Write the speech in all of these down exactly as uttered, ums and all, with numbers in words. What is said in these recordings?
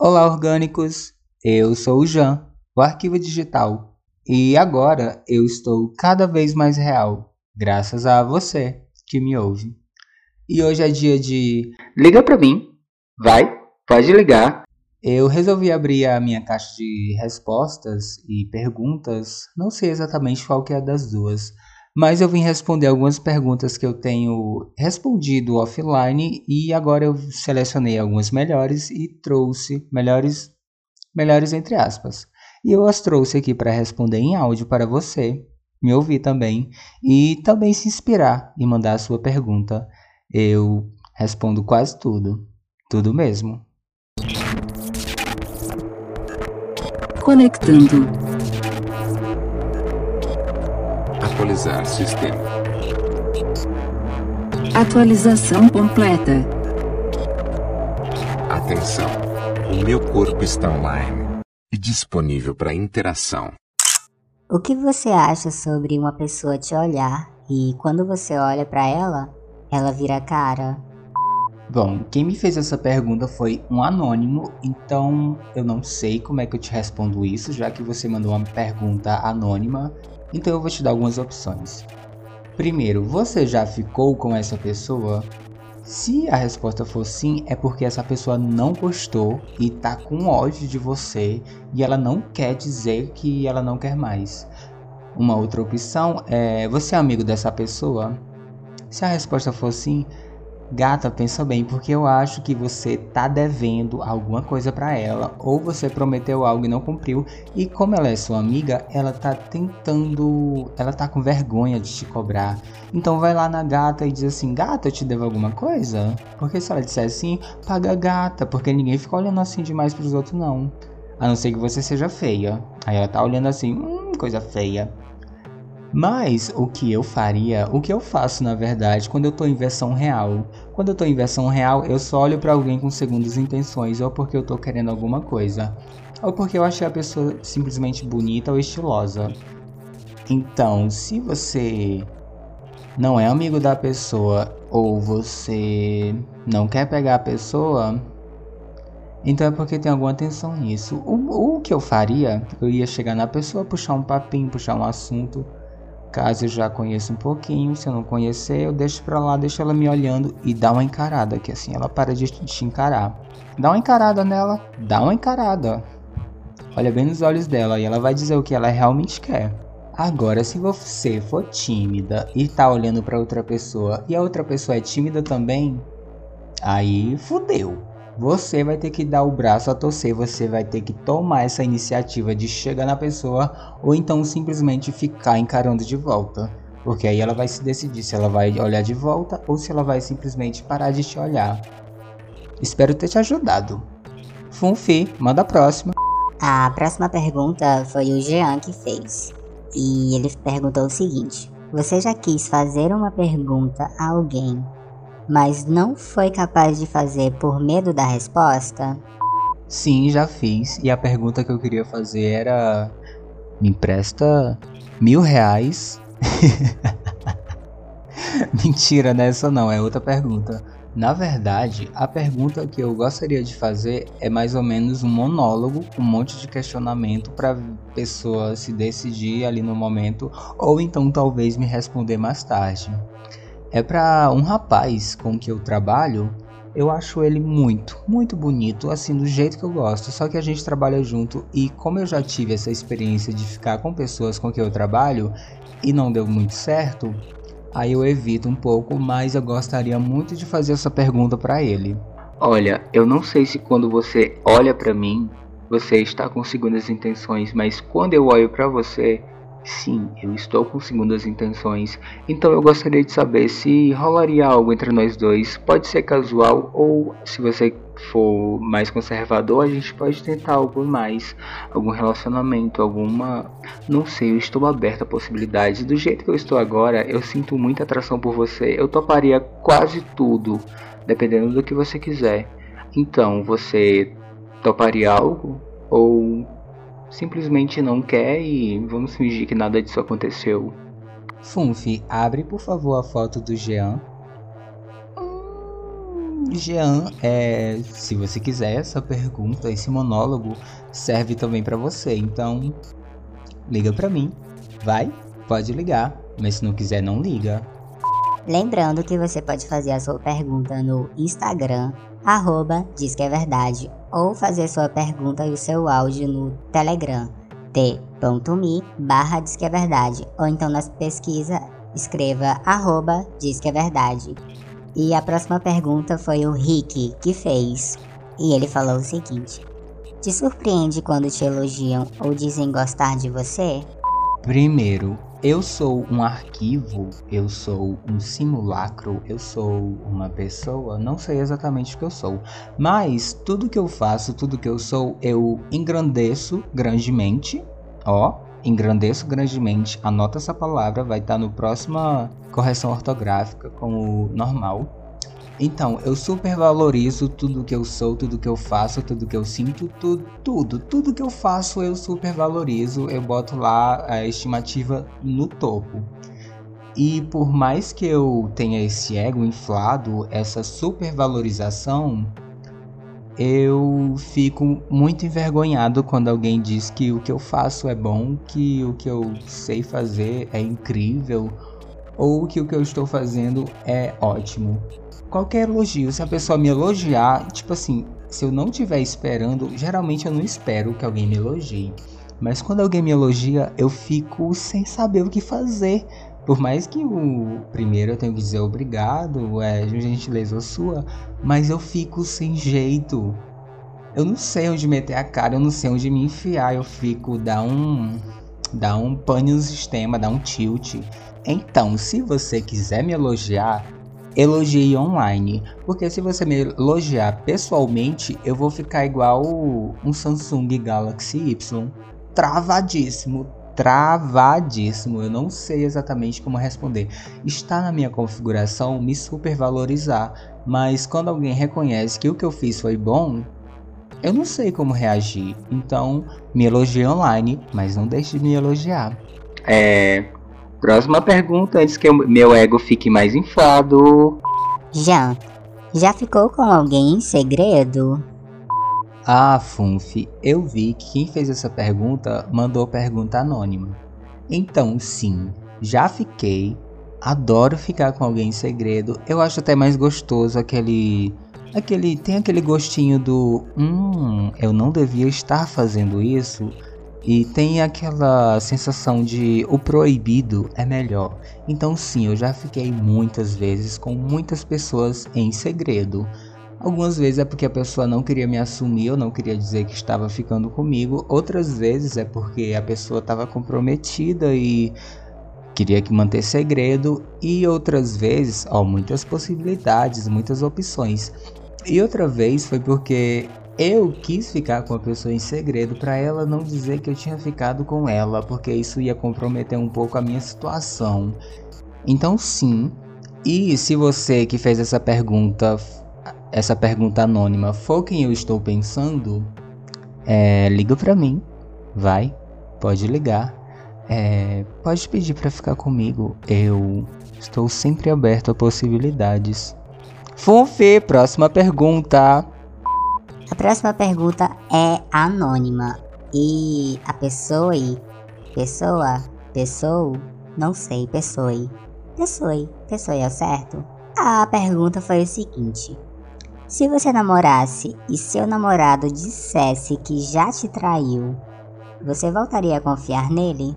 Olá, orgânicos! Eu sou o Jean, o Arquivo Digital, e agora eu estou cada vez mais real, graças a você que me ouve. E hoje é dia de liga pra mim, vai, pode ligar. Eu resolvi abrir a minha caixa de respostas e perguntas, não sei exatamente qual que é das duas, mas eu vim responder algumas perguntas que eu tenho respondido offline e agora eu selecionei algumas melhores e trouxe melhores, melhores entre aspas. E eu as trouxe aqui para responder em áudio para você, me ouvir também e também se inspirar e mandar a sua pergunta. Eu respondo quase tudo, tudo mesmo. Conectando. Atualizar sistema. Atualização completa. Atenção, o meu corpo está online e disponível para interação. O que você acha sobre uma pessoa te olhar e quando você olha para ela, ela vira a cara? Bom, quem me fez essa pergunta foi um anônimo, então eu não sei como é que eu te respondo isso, já que você mandou uma pergunta anônima, então eu vou te dar algumas opções. Primeiro, você já ficou com essa pessoa? Se a resposta for sim, é porque essa pessoa não gostou e tá com ódio de você e ela não quer dizer que ela não quer mais. Uma outra opção é: você é amigo dessa pessoa? Se a resposta for sim, gata, pensa bem, porque eu acho que você tá devendo alguma coisa pra ela, ou você prometeu algo e não cumpriu, e como ela é sua amiga, ela tá tentando, ela tá com vergonha de te cobrar. Então vai lá na gata e diz assim: gata, eu te devo alguma coisa? Porque se ela disser assim, paga a gata, porque ninguém fica olhando assim demais pros outros não. A não ser que você seja feia. Aí ela tá olhando assim, hum, coisa feia. Mas o que eu faria, o que eu faço na verdade, quando eu tô em versão real? Quando eu tô em versão real, eu só olho pra alguém com segundas intenções, ou porque eu tô querendo alguma coisa, ou porque eu achei a pessoa simplesmente bonita ou estilosa. Então, se você não é amigo da pessoa, ou você não quer pegar a pessoa, então é porque tem alguma atenção nisso. O, o que eu faria, eu ia chegar na pessoa, puxar um papinho, puxar um assunto. Caso eu já conheça um pouquinho, se eu não conhecer, eu deixo pra lá, deixo ela me olhando e dá uma encarada, que assim ela para de te encarar. Dá uma encarada nela, dá uma encarada. Olha bem nos olhos dela e ela vai dizer o que ela realmente quer. Agora, se você for tímida e tá olhando pra outra pessoa e a outra pessoa é tímida também, aí fudeu. Você vai ter que dar o braço a torcer, você vai ter que tomar essa iniciativa de chegar na pessoa ou então simplesmente ficar encarando de volta. Porque aí ela vai se decidir se ela vai olhar de volta ou se ela vai simplesmente parar de te olhar. Espero ter te ajudado. Funfi, manda a próxima. A próxima pergunta foi o Jean que fez. E ele perguntou o seguinte: você já quis fazer uma pergunta a alguém, mas não foi capaz de fazer por medo da resposta? Sim, já fiz. E a pergunta que eu queria fazer era: me empresta mil reais? Mentira, não é essa não, é outra pergunta. Na verdade, a pergunta que eu gostaria de fazer é mais ou menos um monólogo, um monte de questionamento para a pessoa se decidir ali no momento, ou então talvez me responder mais tarde. É para um rapaz com que eu trabalho, eu acho ele muito, muito bonito, assim, do jeito que eu gosto, só que a gente trabalha junto e como eu já tive essa experiência de ficar com pessoas com quem eu trabalho e não deu muito certo, aí eu evito um pouco, mas eu gostaria muito de fazer essa pergunta para ele. Olha, eu não sei se quando você olha para mim, você está com segundas intenções, mas quando eu olho para você, sim, eu estou com segundas intenções. Então eu gostaria de saber se rolaria algo entre nós dois. Pode ser casual ou, se você for mais conservador, a gente pode tentar algo mais, algum relacionamento, alguma, não sei, eu estou aberto a possibilidades. Do jeito que eu estou agora, eu sinto muita atração por você. Eu toparia quase tudo, dependendo do que você quiser. Então, você toparia algo ou simplesmente não quer e vamos fingir que nada disso aconteceu? Funfi, abre por favor a foto do Jean. Hum, Jean, é, se você quiser, essa pergunta, esse monólogo serve também pra você. Então, liga pra mim. Vai, pode ligar. Mas se não quiser, não liga. Lembrando que você pode fazer a sua pergunta no Instagram, arroba Diz Que É Verdade, ou fazer sua pergunta e o seu áudio no Telegram, t.me barra Diz Que É Verdade, ou então nas pesquisas, escreva arroba Diz Que É Verdade. E a próxima pergunta foi o Rick que fez, e ele falou o seguinte: te surpreende quando te elogiam ou dizem gostar de você? Primeiro, eu sou um arquivo, eu sou um simulacro, eu sou uma pessoa, não sei exatamente o que eu sou. Mas tudo que eu faço, tudo que eu sou, eu engrandeço grandemente. Ó, engrandeço grandemente, anota essa palavra, vai estar no próxima correção ortográfica como normal. Então, eu super valorizo tudo que eu sou, tudo que eu faço, tudo que eu sinto, tudo, tudo, tudo que eu faço eu super valorizo, eu boto lá a estimativa no topo. E por mais que eu tenha esse ego inflado, essa supervalorização, eu fico muito envergonhado quando alguém diz que o que eu faço é bom, que o que eu sei fazer é incrível, ou que o que eu estou fazendo é ótimo. Qualquer elogio, se a pessoa me elogiar, tipo assim, se eu não estiver esperando, geralmente eu não espero que alguém me elogie. Mas quando alguém me elogia, eu fico sem saber o que fazer. Por mais que o primeiro eu tenho que dizer obrigado, é gentileza sua, mas eu fico sem jeito. Eu não sei onde meter a cara, eu não sei onde me enfiar, eu fico, dá um, dá um pane no sistema, dá um tilt. Então, se você quiser me elogiar, elogie online, porque se você me elogiar pessoalmente, eu vou ficar igual um Samsung Galaxy Y, travadíssimo, travadíssimo, eu não sei exatamente como responder. Está na minha configuração me supervalorizar, mas quando alguém reconhece que o que eu fiz foi bom, eu não sei como reagir. Então, me elogie online, mas não deixe de me elogiar. É... Próxima pergunta, antes que o meu ego fique mais inflado. Jean, já ficou com alguém em segredo? Ah, Funf, eu vi que quem fez essa pergunta mandou pergunta anônima. Então, sim, já fiquei. Adoro ficar com alguém em segredo. Eu acho até mais gostoso aquele... aquele tem aquele gostinho do... Hum, eu não devia estar fazendo isso... E tem aquela sensação de o proibido é melhor. Então sim, eu já fiquei muitas vezes com muitas pessoas em segredo. Algumas vezes é porque a pessoa não queria me assumir, ou não queria dizer que estava ficando comigo. Outras vezes é porque a pessoa estava comprometida e queria que manter segredo. E outras vezes, ó, muitas possibilidades, muitas opções. E outra vez foi porque... eu quis ficar com a pessoa em segredo para ela não dizer que eu tinha ficado com ela, porque isso ia comprometer um pouco a minha situação. Então sim, e se você que fez essa pergunta, essa pergunta anônima for quem eu estou pensando, é, liga para mim, vai, pode ligar, é, pode pedir para ficar comigo, eu estou sempre aberto a possibilidades. Funfi, próxima pergunta. A próxima pergunta é anônima e a pessoa, pessoa, pessoa, não sei, pessoa, pessoa, pessoa é o certo? A pergunta foi o seguinte: se você namorasse e seu namorado dissesse que já te traiu, você voltaria a confiar nele?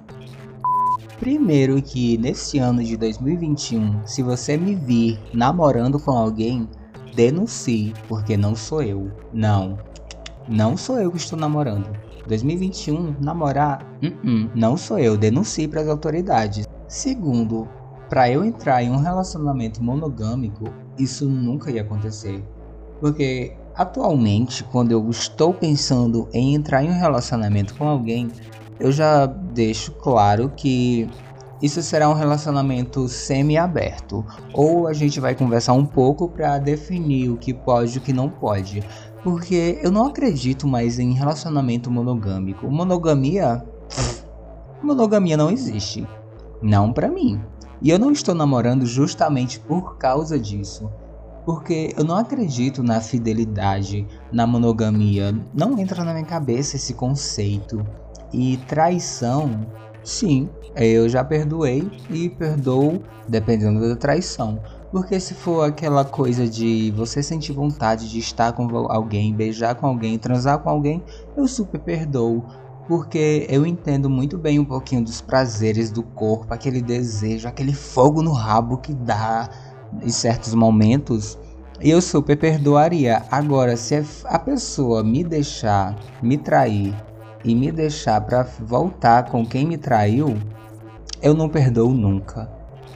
Primeiro que nesse ano de dois mil e vinte e um, se você me vir namorando com alguém, denuncie, porque não sou eu. Não, não sou eu que estou namorando. dois mil e vinte e um, namorar, uh-uh, não sou eu, denuncie para as autoridades. Segundo, para eu entrar em um relacionamento monogâmico, isso nunca ia acontecer. Porque atualmente, quando eu estou pensando em entrar em um relacionamento com alguém, eu já deixo claro que isso será um relacionamento semi-aberto, ou a gente vai conversar um pouco para definir o que pode e o que não pode, porque eu não acredito mais em relacionamento monogâmico. Monogamia, monogamia não existe, não para mim, e eu não estou namorando justamente por causa disso. Porque eu não acredito na fidelidade, na monogamia. Não entra na minha cabeça esse conceito. E traição, sim, eu já perdoei e perdoo dependendo da traição. Porque se for aquela coisa de você sentir vontade de estar com alguém, beijar com alguém, transar com alguém, eu super perdoo. Porque eu entendo muito bem um pouquinho dos prazeres do corpo, aquele desejo, aquele fogo no rabo que dá em certos momentos. E eu super perdoaria. Agora, se a pessoa me deixar, me trair e me deixar pra voltar com quem me traiu, eu não perdoo nunca.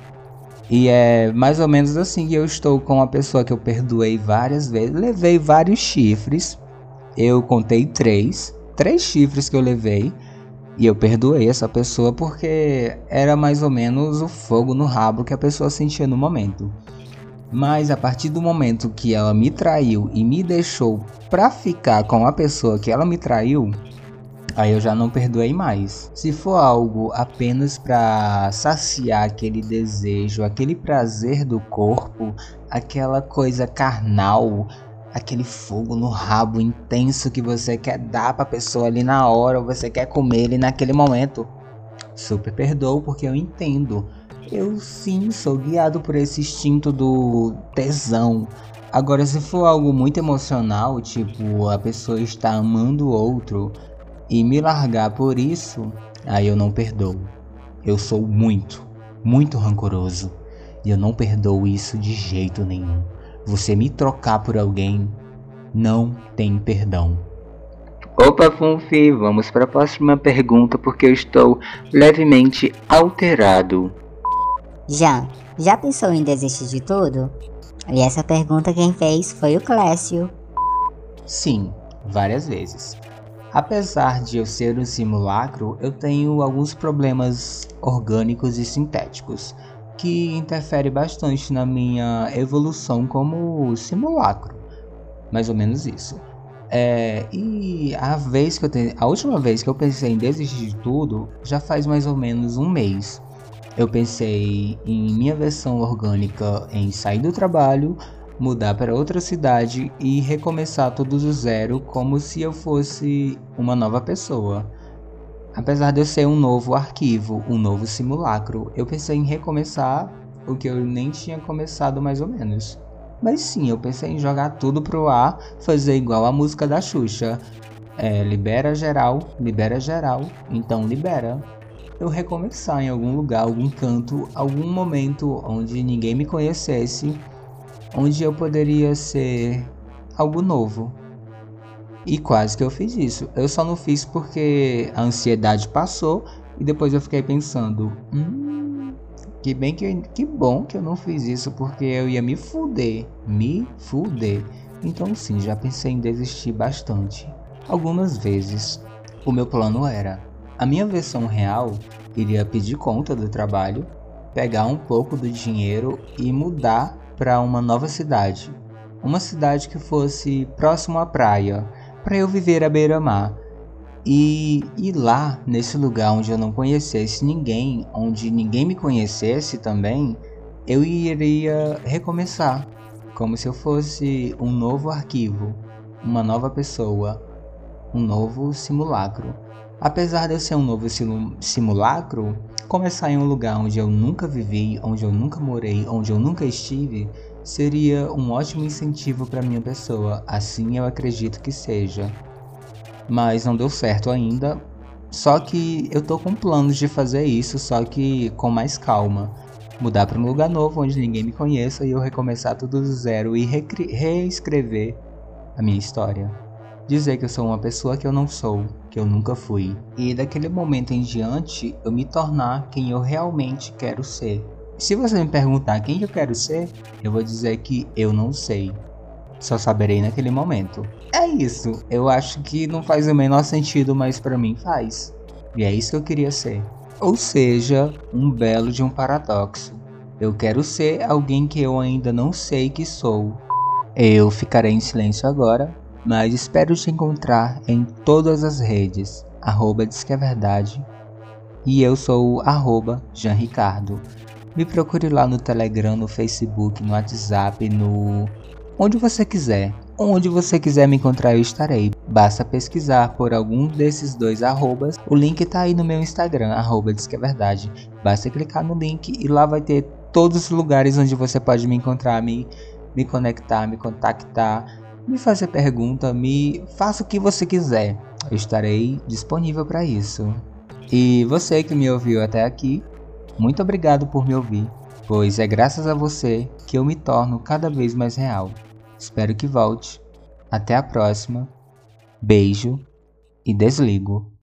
E é mais ou menos assim que eu estou com uma pessoa que eu perdoei várias vezes. Levei vários chifres. Eu contei três. Três chifres que eu levei. E eu perdoei essa pessoa porque era mais ou menos o fogo no rabo que a pessoa sentia no momento. Mas a partir do momento que ela me traiu e me deixou pra ficar com a pessoa que ela me traiu, aí eu já não perdoei mais. Se for algo apenas pra saciar aquele desejo, aquele prazer do corpo, aquela coisa carnal, aquele fogo no rabo intenso que você quer dar pra pessoa ali na hora, ou você quer comer ele naquele momento, super perdoo porque eu entendo. Eu sim sou guiado por esse instinto do tesão. Agora, se for algo muito emocional, tipo a pessoa está amando o outro e me largar por isso, aí eu não perdoo. Eu sou muito, muito rancoroso e eu não perdoo isso de jeito nenhum. Você me trocar por alguém não tem perdão. Opa, Funfi, vamos para a próxima pergunta porque eu estou levemente alterado. Já, já pensou em desistir de tudo? E essa pergunta quem fez foi o Clécio. Sim, várias vezes. Apesar de eu ser um simulacro, eu tenho alguns problemas orgânicos e sintéticos que interferem bastante na minha evolução como simulacro. Mais ou menos isso. É, e a vez que eu te... a última vez que eu pensei em desistir de tudo já faz mais ou menos um mês. Eu pensei em minha versão orgânica em sair do trabalho, mudar para outra cidade e recomeçar tudo do zero como se eu fosse uma nova pessoa. Apesar de eu ser um novo arquivo, um novo simulacro, eu pensei em recomeçar o que eu nem tinha começado mais ou menos. Mas sim, eu pensei em jogar tudo pro ar, fazer igual a música da Xuxa. É, libera geral, libera geral, então libera. Eu recomeçar em algum lugar, algum canto, algum momento onde ninguém me conhecesse, onde eu poderia ser algo novo. E quase que eu fiz isso. Eu só não fiz porque a ansiedade passou e depois eu fiquei pensando, hum, que bem que, eu, que bom que eu não fiz isso porque eu ia me fuder, me fuder. Então sim, já pensei em desistir bastante. Algumas vezes. O meu plano era, a minha versão real iria pedir conta do trabalho, pegar um pouco do dinheiro e mudar para uma nova cidade. Uma cidade que fosse próximo à praia, para eu viver à beira-mar. E, e lá, nesse lugar onde eu não conhecesse ninguém, onde ninguém me conhecesse também, eu iria recomeçar, como se eu fosse um novo arquivo, uma nova pessoa, um novo simulacro. Apesar de eu ser um novo simulacro, começar em um lugar onde eu nunca vivi, onde eu nunca morei, onde eu nunca estive, seria um ótimo incentivo para minha pessoa, assim eu acredito que seja. Mas não deu certo ainda, só que eu tô com planos de fazer isso, só que com mais calma. Mudar para um lugar novo onde ninguém me conheça e eu recomeçar tudo do zero e reescrever a minha história. Dizer que eu sou uma pessoa que eu não sou, que eu nunca fui. E daquele momento em diante, eu me tornar quem eu realmente quero ser. Se você me perguntar quem eu quero ser, eu vou dizer que eu não sei. Só saberei naquele momento. É isso. Eu acho que não faz o menor sentido, mas pra mim faz. E é isso que eu queria ser. Ou seja, um belo de um paradoxo. Eu quero ser alguém que eu ainda não sei que sou. Eu ficarei em silêncio agora, mas espero te encontrar em todas as redes. Arroba Diz que é Verdade. E eu sou o arroba Jean Ricardo. Me procure lá no Telegram, no Facebook, no WhatsApp, no... onde você quiser. Onde você quiser me encontrar, eu estarei. Basta pesquisar por algum desses dois arrobas. O link tá aí no meu Instagram, arroba diz que é verdade. Basta clicar no link e lá vai ter todos os lugares onde você pode me encontrar, me, me conectar, me contactar, me fazer pergunta, me faça o que você quiser. Eu estarei disponível para isso. E você que me ouviu até aqui, muito obrigado por me ouvir, pois é graças a você que eu me torno cada vez mais real. Espero que volte. Até a próxima. Beijo e desligo.